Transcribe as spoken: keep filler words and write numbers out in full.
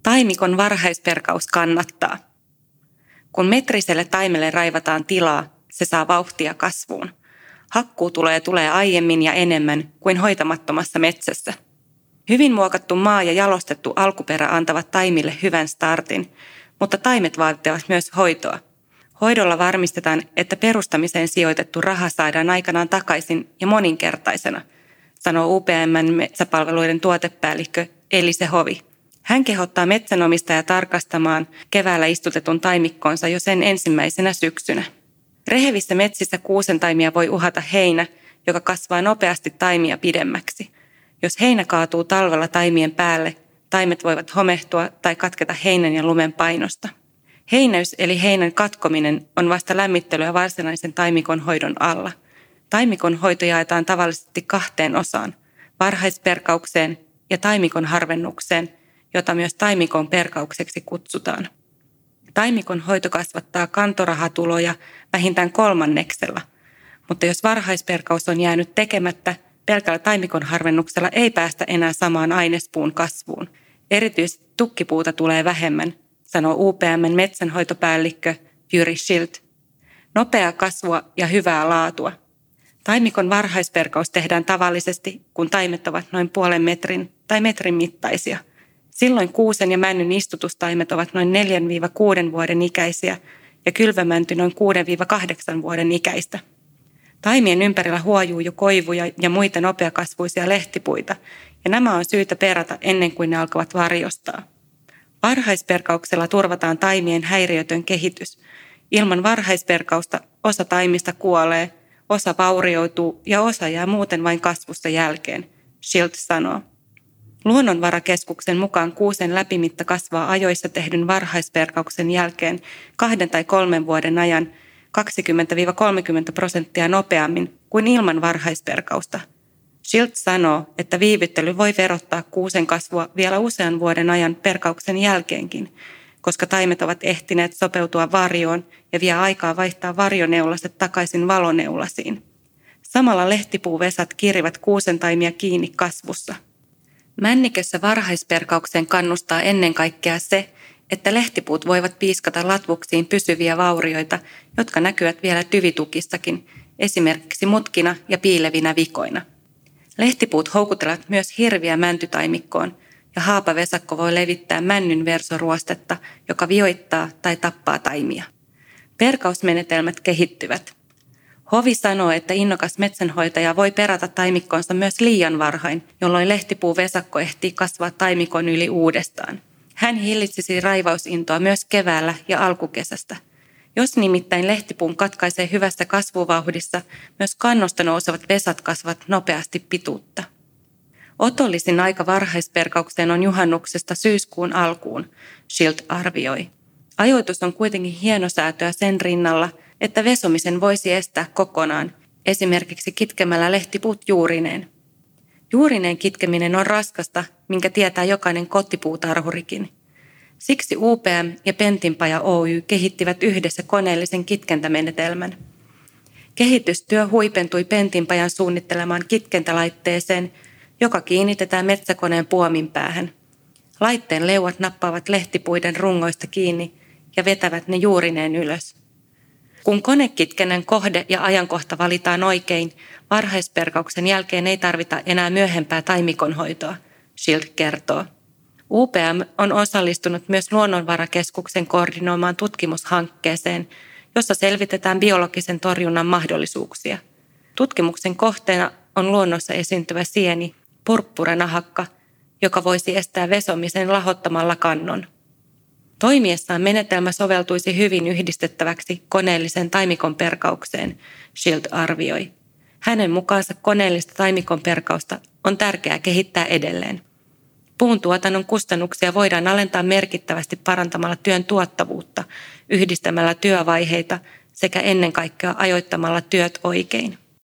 Taimikon varhaisperkaus kannattaa. Kun metriselle taimelle raivataan tilaa, se saa vauhtia kasvuun. Hakkuutuloja tulee aiemmin ja enemmän kuin hoitamattomassa metsässä. Hyvin muokattu maa ja jalostettu alkuperä antavat taimille hyvän startin, mutta taimet vaativat myös hoitoa. Hoidolla varmistetaan, että perustamiseen sijoitettu raha saadaan aikanaan takaisin ja moninkertaisena, sanoo U P M:n metsäpalveluiden tuotepäällikkö Elise Hovi. Hän kehottaa metsänomistajaa tarkastamaan keväällä istutetun taimikkonsa jo sen ensimmäisenä syksynä. Rehevissä metsissä kuusentaimia voi uhata heinä, joka kasvaa nopeasti taimia pidemmäksi. Jos heinä kaatuu talvella taimien päälle, taimet voivat homehtua tai katketa heinän ja lumen painosta. Heinäys eli heinän katkominen on vasta lämmittelyä varsinaisen taimikon hoidon alla. Taimikon hoito jaetaan tavallisesti kahteen osaan, varhaisperkaukseen ja taimikon harvennukseen, jota myös taimikon perkaukseksi kutsutaan. Taimikon hoito kasvattaa kantorahatuloja vähintään kolmanneksella, mutta jos varhaisperkaus on jäänyt tekemättä, pelkällä taimikon harvennuksella ei päästä enää samaan ainespuun kasvuun. Erityisesti tukkipuuta tulee vähemmän, sanoo U P M:n metsänhoitopäällikkö Jyri Schilt. Nopeaa kasvua ja hyvää laatua. Taimikon varhaisperkaus tehdään tavallisesti, kun taimet ovat noin puolen metrin tai metrin mittaisia. Silloin kuusen ja männyn istutustaimet ovat noin neljästä kuuteen vuoden ikäisiä ja kylvämänty noin kuudesta kahdeksaan vuoden ikäistä. Taimien ympärillä huojuu jo koivuja ja muita nopeakasvuisia lehtipuita, ja nämä on syytä perata ennen kuin ne alkavat varjostaa. Varhaisperkauksella turvataan taimien häiriötön kehitys. Ilman varhaisperkausta osa taimista kuolee, osa vaurioituu ja osa jää muuten vain kasvusta jälkeen, Schilt sanoo. Luonnonvarakeskuksen mukaan kuusen läpimitta kasvaa ajoissa tehdyn varhaisperkauksen jälkeen kahden tai kolmen vuoden ajan kaksikymmentä kolmekymmentä prosenttia nopeammin kuin ilman varhaisperkausta. Schilt sanoo, että viivyttely voi verottaa kuusen kasvua vielä usean vuoden ajan perkauksen jälkeenkin, koska taimet ovat ehtineet sopeutua varjoon ja vie aikaa vaihtaa varjoneulaset takaisin valoneulasiin. Samalla lehtipuuvesat kirivät kuusentaimia kiinni kasvussa. Männikössä varhaisperkaukseen kannustaa ennen kaikkea se, että lehtipuut voivat piiskata latvuksiin pysyviä vaurioita, jotka näkyvät vielä tyvitukissakin, esimerkiksi mutkina ja piilevinä vikoina. Lehtipuut houkuttelevat myös hirviä mäntytaimikkoon, ja haapavesakko voi levittää männyn versoruostetta, joka vioittaa tai tappaa taimia. Perkausmenetelmät kehittyvät. Hovi sanoo, että innokas metsänhoitaja voi perata taimikkonsa myös liian varhain, jolloin lehtipuuvesakko ehtii kasvaa taimikon yli uudestaan. Hän hillitsisi raivausintoa myös keväällä ja alkukesästä. Jos nimittäin lehtipuun katkaisee hyvässä kasvuvauhdissa, myös kannosta nousevat vesat kasvavat nopeasti pituutta. Otollisin aika varhaisperkaukseen on juhannuksesta syyskuun alkuun, Schilt arvioi. Ajoitus on kuitenkin hienosäätöä sen rinnalla, että vesomisen voisi estää kokonaan, esimerkiksi kitkemällä lehtipuut juurineen. Juurineen kitkeminen on raskasta, minkä tietää jokainen kotipuutarhurikin. Siksi U P M ja Pentinpaja Oy kehittivät yhdessä koneellisen kitkentämenetelmän. Kehitystyö huipentui Pentinpajan suunnittelemaan kitkentälaitteeseen, joka kiinnitetään metsäkoneen puomin päähän. Laitteen leuat nappaavat lehtipuiden rungoista kiinni ja vetävät ne juurineen ylös. Kun konekitkennän kohde ja ajankohta valitaan oikein, varhaisperkauksen jälkeen ei tarvita enää myöhempää taimikonhoitoa, Schilt kertoo. U P M on osallistunut myös Luonnonvarakeskuksen koordinoimaan tutkimushankkeeseen, jossa selvitetään biologisen torjunnan mahdollisuuksia. Tutkimuksen kohteena on luonnossa esiintyvä sieni, purppuranahakka, joka voisi estää vesomisen lahottamalla kannon. Toimiessaan menetelmä soveltuisi hyvin yhdistettäväksi koneelliseen taimikon perkaukseen, Schilt arvioi. Hänen mukaansa koneellista taimikon perkausta on tärkeää kehittää edelleen. Puun tuotannon kustannuksia voidaan alentaa merkittävästi parantamalla työn tuottavuutta, yhdistämällä työvaiheita sekä ennen kaikkea ajoittamalla työt oikein.